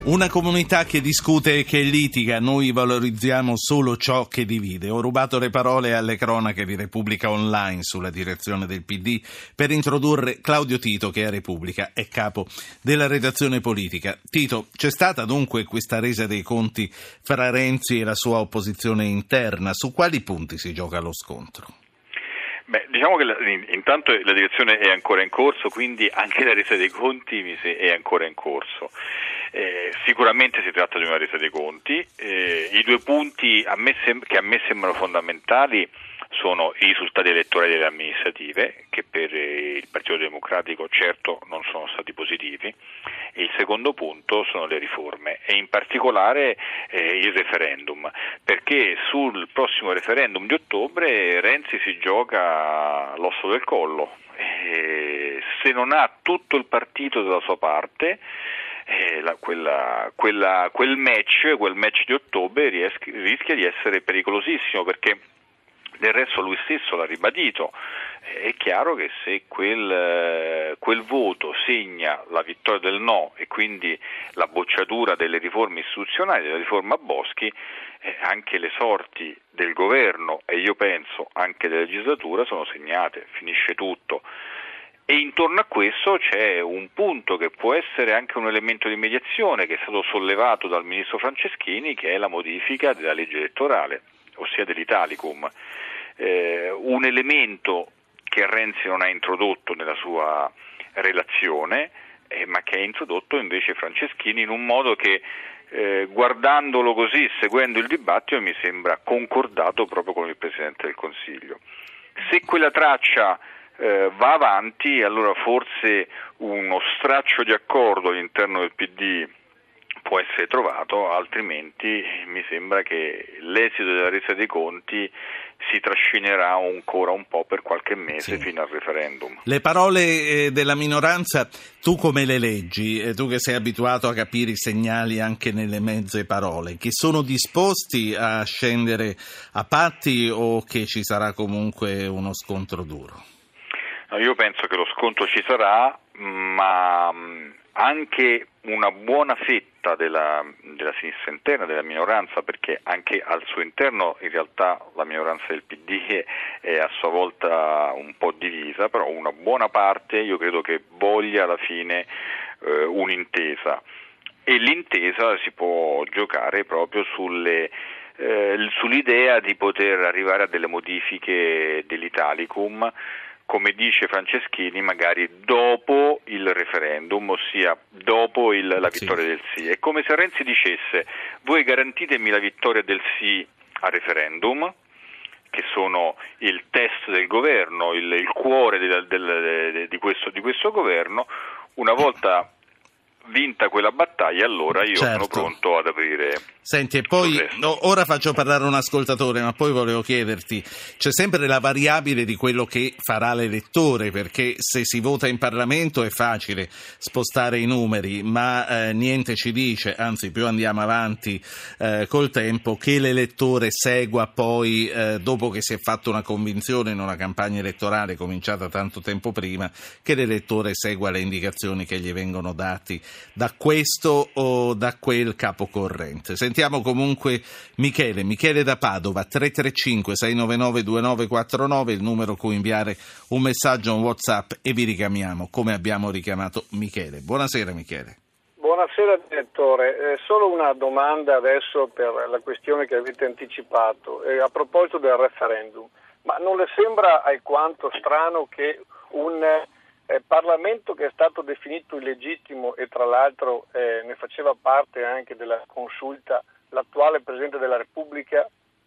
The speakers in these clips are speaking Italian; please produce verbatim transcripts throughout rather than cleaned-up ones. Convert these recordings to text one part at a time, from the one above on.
Una comunità che discute e che litiga, noi valorizziamo solo ciò che divide. Ho rubato le parole alle cronache di Repubblica Online sulla direzione del P D per introdurre Claudio Tito, che a Repubblica è capo della redazione politica. Tito, c'è stata dunque questa resa dei conti fra Renzi e la sua opposizione interna. Su quali punti si gioca lo scontro? Beh, diciamo che la, intanto la direzione è ancora in corso, quindi anche la resa dei conti è ancora in corso. Eh, sicuramente si tratta di una resa dei conti. Eh, i due punti a me sem- che a me sembrano fondamentali sono i risultati elettorali delle amministrative, che per il Partito Democratico certo non sono stati positivi, e il secondo punto sono le riforme e in particolare eh, il referendum, perché sul prossimo referendum di ottobre Renzi si gioca l'osso del collo. Eh, se non ha tutto il partito dalla sua parte, Eh, la, quella, quella, quel match, quel match di ottobre ries- rischia di essere pericolosissimo, perché del resto lui stesso l'ha ribadito. Eh, è chiaro che se quel, quel voto segna la vittoria del no e quindi la bocciatura delle riforme istituzionali, della riforma Boschi, eh, anche le sorti del governo e io penso anche della legislatura sono segnate, finisce tutto. E intorno a questo c'è un punto che può essere anche un elemento di mediazione che è stato sollevato dal ministro Franceschini, che è la modifica della legge elettorale, ossia dell'Italicum, eh, un elemento che Renzi non ha introdotto nella sua relazione, eh, ma che ha introdotto invece Franceschini in un modo che, eh, guardandolo così, seguendo il dibattito, mi sembra concordato proprio con il Presidente del Consiglio. Se quella traccia Eh, va avanti, allora forse uno straccio di accordo all'interno del P D può essere trovato, altrimenti mi sembra che l'esito della resa dei conti si trascinerà ancora un po' per qualche mese, sì, fino al referendum. Le parole eh, della minoranza, tu come le leggi? Eh, tu che sei abituato a capire i segnali anche nelle mezze parole, che sono disposti a scendere a patti o che ci sarà comunque uno scontro duro? Io penso che lo scontro ci sarà, ma anche una buona fetta della, della sinistra interna, della minoranza, perché anche al suo interno in realtà la minoranza del P D è a sua volta un po' divisa, però una buona parte io credo che voglia alla fine eh, un'intesa, e l'intesa si può giocare proprio sulle eh, sull'idea di poter arrivare a delle modifiche dell'Italicum, come dice Franceschini, magari dopo il referendum, ossia dopo il, la vittoria sì. del sì. È come se Renzi dicesse: voi garantitemi la vittoria del sì al referendum, che sono il test del governo, il, il cuore del, del, di, questo, di questo governo. Una volta vinta quella battaglia, allora io certo. sono pronto ad aprire. Senti, e poi no, ora faccio parlare un ascoltatore, ma poi volevo chiederti, c'è sempre la variabile di quello che farà l'elettore, perché se si vota in Parlamento è facile spostare i numeri, ma eh, niente ci dice, anzi più andiamo avanti eh, col tempo, che l'elettore segua poi, eh, dopo che si è fatto una convinzione in una campagna elettorale cominciata tanto tempo prima, che l'elettore segua le indicazioni che gli vengono dati da questo o da quel capo corrente. Sentiamo comunque Michele, Michele da Padova, tre tre cinque sei nove nove due nove quattro nove, il numero cui inviare un messaggio, un WhatsApp, e vi richiamiamo come abbiamo richiamato Michele. Buonasera Michele. Buonasera direttore, eh, solo una domanda adesso per la questione che avete anticipato, eh, a proposito del referendum, ma non le sembra alquanto strano che un Eh, Parlamento che è stato definito illegittimo e tra l'altro eh, ne faceva parte anche della consulta l'attuale Presidente della Repubblica,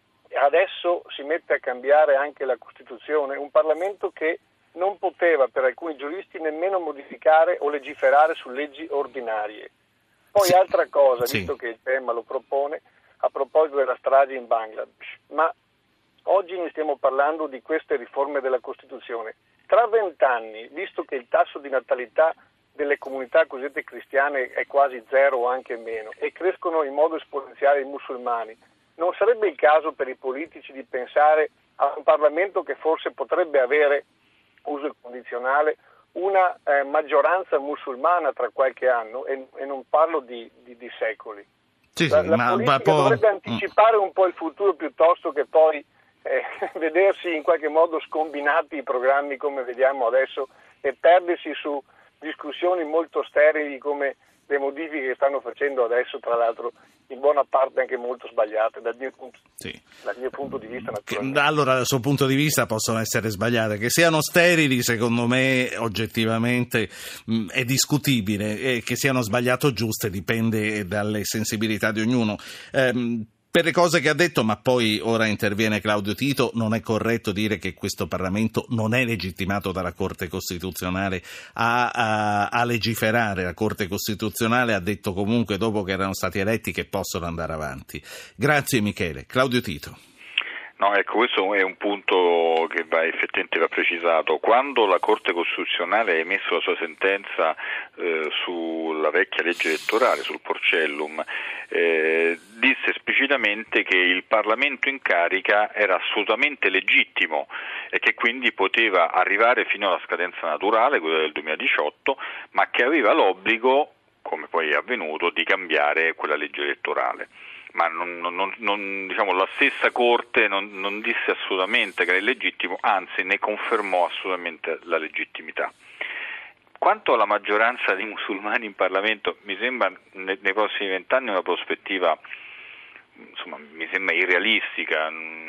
adesso si mette a cambiare anche la Costituzione, un Parlamento che non poteva per alcuni giuristi nemmeno modificare o legiferare su leggi ordinarie. Poi sì. altra cosa, sì. visto che il tema lo propone, a proposito della strage in Bangladesh, ma oggi ne stiamo parlando di queste riforme della Costituzione. Tra vent'anni, visto che il tasso di natalità delle comunità cosiddette cristiane è quasi zero o anche meno e crescono in modo esponenziale i musulmani, non sarebbe il caso per i politici di pensare a un Parlamento che forse potrebbe avere uso condizionale una eh, maggioranza musulmana tra qualche anno, e, e non parlo di, di, di secoli. Sì, la sì, la ma, politica ma può... dovrebbe anticipare un po' il futuro piuttosto che poi eh, vedersi in qualche modo scombinati i programmi come vediamo adesso e perdersi su discussioni molto sterili come le modifiche che stanno facendo adesso, tra l'altro in buona parte anche molto sbagliate dal mio punto, sì. dal mio punto di vista naturalmente. Allora, dal suo punto di vista possono essere sbagliate, che siano sterili secondo me oggettivamente mh, è discutibile, e che siano sbagliate o giuste dipende dalle sensibilità di ognuno. Ehm, Per le cose che ha detto, ma poi ora interviene Claudio Tito, non è corretto dire che questo Parlamento non è legittimato dalla Corte Costituzionale a, a, a legiferare. La Corte Costituzionale ha detto comunque, dopo che erano stati eletti, che possono andare avanti. Grazie Michele. Claudio Tito. No, ecco, questo è un punto che va effettivamente va precisato. Quando la Corte Costituzionale ha emesso la sua sentenza eh, sulla vecchia legge elettorale, sul Porcellum, eh, disse esplicitamente che il Parlamento in carica era assolutamente legittimo e che quindi poteva arrivare fino alla scadenza naturale, quella del duemiladiciotto, ma che aveva l'obbligo, come poi è avvenuto, di cambiare quella legge elettorale. Ma non, non, non, diciamo, la stessa Corte non, non disse assolutamente che era illegittimo, anzi ne confermò assolutamente la legittimità. Quanto alla maggioranza di musulmani in Parlamento, mi sembra ne, nei prossimi vent'anni una prospettiva, insomma, mi sembra irrealistica.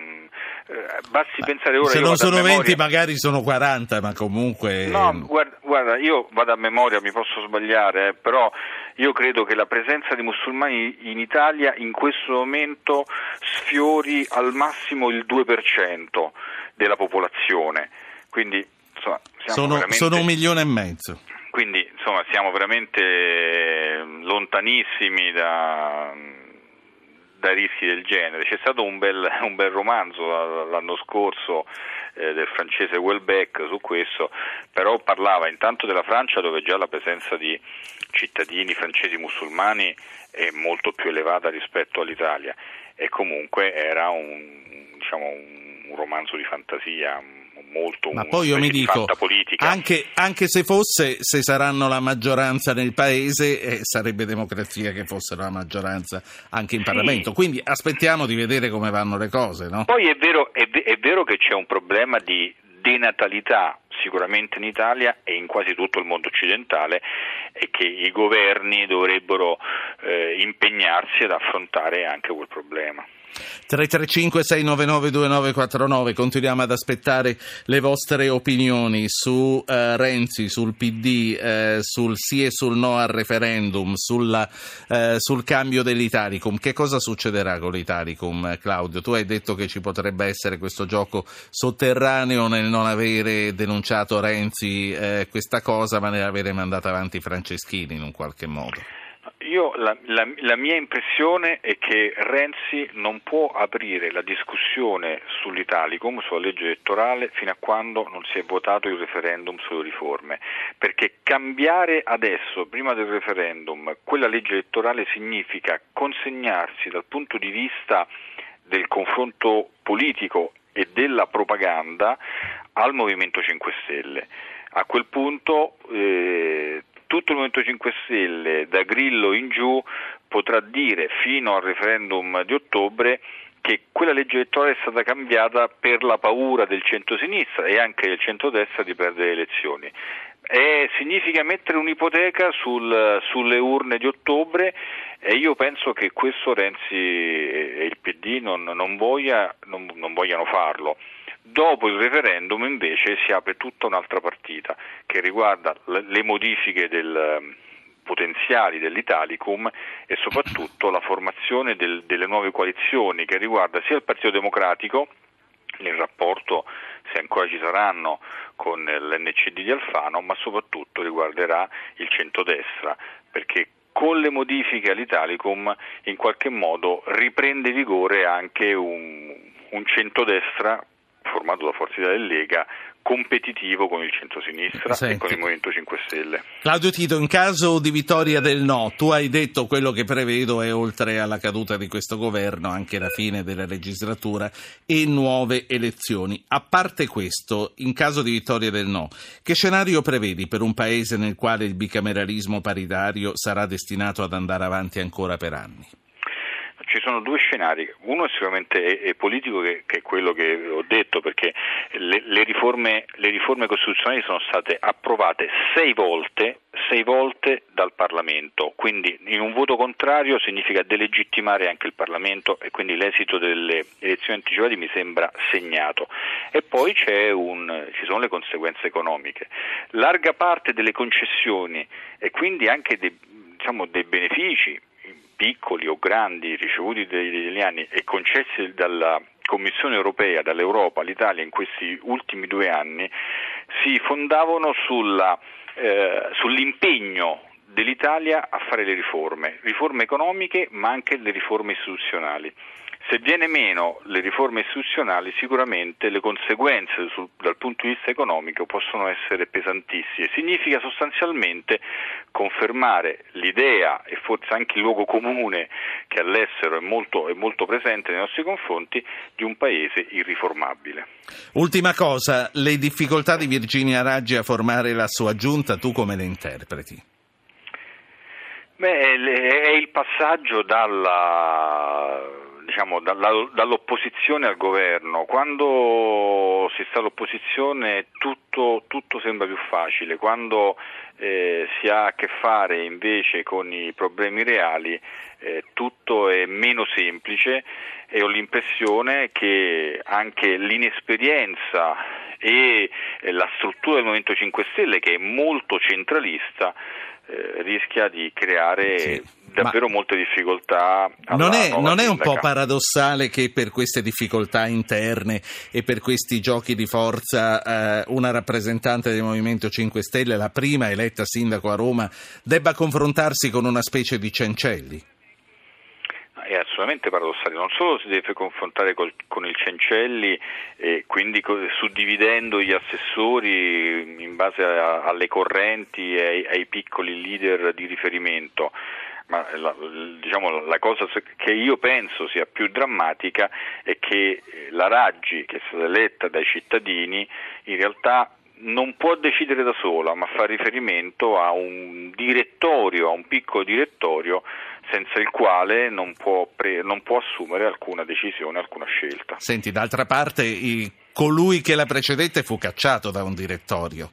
Eh, basti Beh, pensare ora. Se non sono memoria... venti, magari sono quaranta, ma comunque. No, guarda, guarda, io vado a memoria, mi posso sbagliare, eh, però io credo che la presenza di musulmani in Italia in questo momento sfiori al massimo il due per cento della popolazione. Quindi, insomma, siamo sono, veramente... sono un milione e mezzo. Quindi, insomma, siamo veramente lontanissimi da. dai rischi del genere. C'è stato un bel, un bel romanzo l'anno scorso eh, del francese Houellebecq su questo, però parlava intanto della Francia, dove già la presenza di cittadini francesi musulmani è molto più elevata rispetto all'Italia, e comunque era un, diciamo, un romanzo di fantasia molto. Ma poi io mi dico, anche, anche se fosse, se saranno la maggioranza nel paese, eh, sarebbe democrazia che fossero la maggioranza anche in sì. Parlamento, quindi aspettiamo di vedere come vanno le cose, no? Poi è vero, è, è vero che c'è un problema di denatalità sicuramente in Italia e in quasi tutto il mondo occidentale, e che i governi dovrebbero eh, impegnarsi ad affrontare anche quel problema. tre tre cinque sei nove nove due nove quattro nove, continuiamo ad aspettare le vostre opinioni su eh, Renzi, sul P D, eh, sul sì e sul no al referendum, sulla, eh, sul cambio dell'Italicum. Che cosa succederà con l'Italicum, Claudio? Tu hai detto che ci potrebbe essere questo gioco sotterraneo nel non avere denunciato Renzi eh, questa cosa, ma nell'avere mandato avanti Franceschini in un qualche modo. Io la, la, la mia impressione è che Renzi non può aprire la discussione sull'Italicum, sulla legge elettorale, fino a quando non si è votato il referendum sulle riforme, perché cambiare adesso, prima del referendum, quella legge elettorale significa consegnarsi dal punto di vista del confronto politico e della propaganda al Movimento cinque Stelle. A quel punto eh, tutto il Movimento cinque Stelle, da Grillo in giù, potrà dire fino al referendum di ottobre che quella legge elettorale è stata cambiata per la paura del centro-sinistra e anche del centrodestra di perdere le elezioni. E significa mettere un'ipoteca sul, sulle urne di ottobre, e io penso che questo Renzi e il P D non, non, voglia, non, non vogliano farlo. Dopo il referendum invece si apre tutta un'altra partita che riguarda le modifiche del, potenziali dell'Italicum e soprattutto la formazione del, delle nuove coalizioni, che riguarda sia il Partito Democratico, il rapporto, se ancora ci saranno, con l'N C D di Alfano, ma soprattutto riguarderà il centrodestra, perché con le modifiche all'Italicum in qualche modo riprende vigore anche un, un centrodestra formato da Forza Italia e Lega competitivo con il centrosinistra Senti. e con il Movimento cinque Stelle. Claudio Tito, in caso di vittoria del no, tu hai detto quello che prevedo è, oltre alla caduta di questo governo, anche la fine della legislatura e nuove elezioni. A parte questo, in caso di vittoria del no, che scenario prevedi per un paese nel quale il bicameralismo paritario sarà destinato ad andare avanti ancora per anni? Ci sono due scenari, uno è sicuramente è, è politico, che, che è quello che ho detto, perché le, le, riforme, le riforme costituzionali sono state approvate sei volte, sei volte dal Parlamento, quindi in un voto contrario significa delegittimare anche il Parlamento e quindi l'esito delle elezioni anticipate mi sembra segnato. E poi c'è un, ci sono le conseguenze economiche. Larga parte delle concessioni e quindi anche dei, diciamo, dei benefici piccoli o grandi ricevuti dagli italiani e concessi dalla Commissione europea, dall'Europa all'Italia in questi ultimi due anni si fondavano sulla, eh, sull'impegno dell'Italia a fare le riforme, riforme economiche ma anche le riforme istituzionali. Se viene meno le riforme istituzionali, sicuramente le conseguenze sul, dal punto di vista economico possono essere pesantissime. Significa sostanzialmente confermare l'idea e forse anche il luogo comune che all'estero è molto, è molto presente nei nostri confronti di un paese irriformabile. Ultima cosa, le difficoltà di Virginia Raggi a formare la sua giunta, tu come le interpreti? Beh, è il passaggio dalla... diciamo dalla, dall'opposizione al governo. Quando si sta all'opposizione tutto, tutto sembra più facile, quando eh, si ha a che fare invece con i problemi reali eh, tutto è meno semplice e ho l'impressione che anche l'inesperienza e eh, la struttura del Movimento cinque Stelle, che è molto centralista, eh, rischia di creare sì. davvero Ma molte difficoltà. Non è, non è un po' paradossale che per queste difficoltà interne e per questi giochi di forza eh, una rappresentante del Movimento cinque Stelle, la prima eletta sindaco a Roma, debba confrontarsi con una specie di Cencelli? È assolutamente paradossale, non solo si deve confrontare col, con il Cencelli e quindi co- suddividendo gli assessori in base a, alle correnti e ai, ai piccoli leader di riferimento, ma la, diciamo, la cosa che io penso sia più drammatica è che la Raggi, che è stata eletta dai cittadini, in realtà non può decidere da sola, ma fa riferimento a un direttorio, a un piccolo direttorio senza il quale non può, pre- non può assumere alcuna decisione, alcuna scelta. Senti, d'altra parte il, colui che la precedette fu cacciato da un direttorio.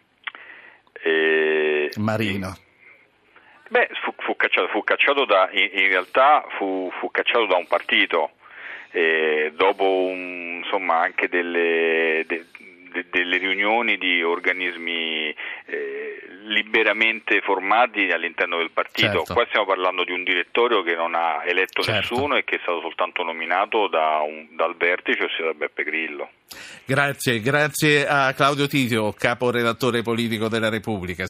E... Marino. Beh, fu, fu cacciato, fu cacciato da, in, in realtà fu, fu cacciato da un partito, eh, dopo un, insomma anche delle, de, de, delle riunioni di organismi eh, liberamente formati all'interno del partito. Certo. Qua stiamo parlando di un direttorio che non ha eletto certo. nessuno e che è stato soltanto nominato da un, dal vertice, ossia da Beppe Grillo. Grazie, grazie a Claudio Tito, capo redattore politico della Repubblica.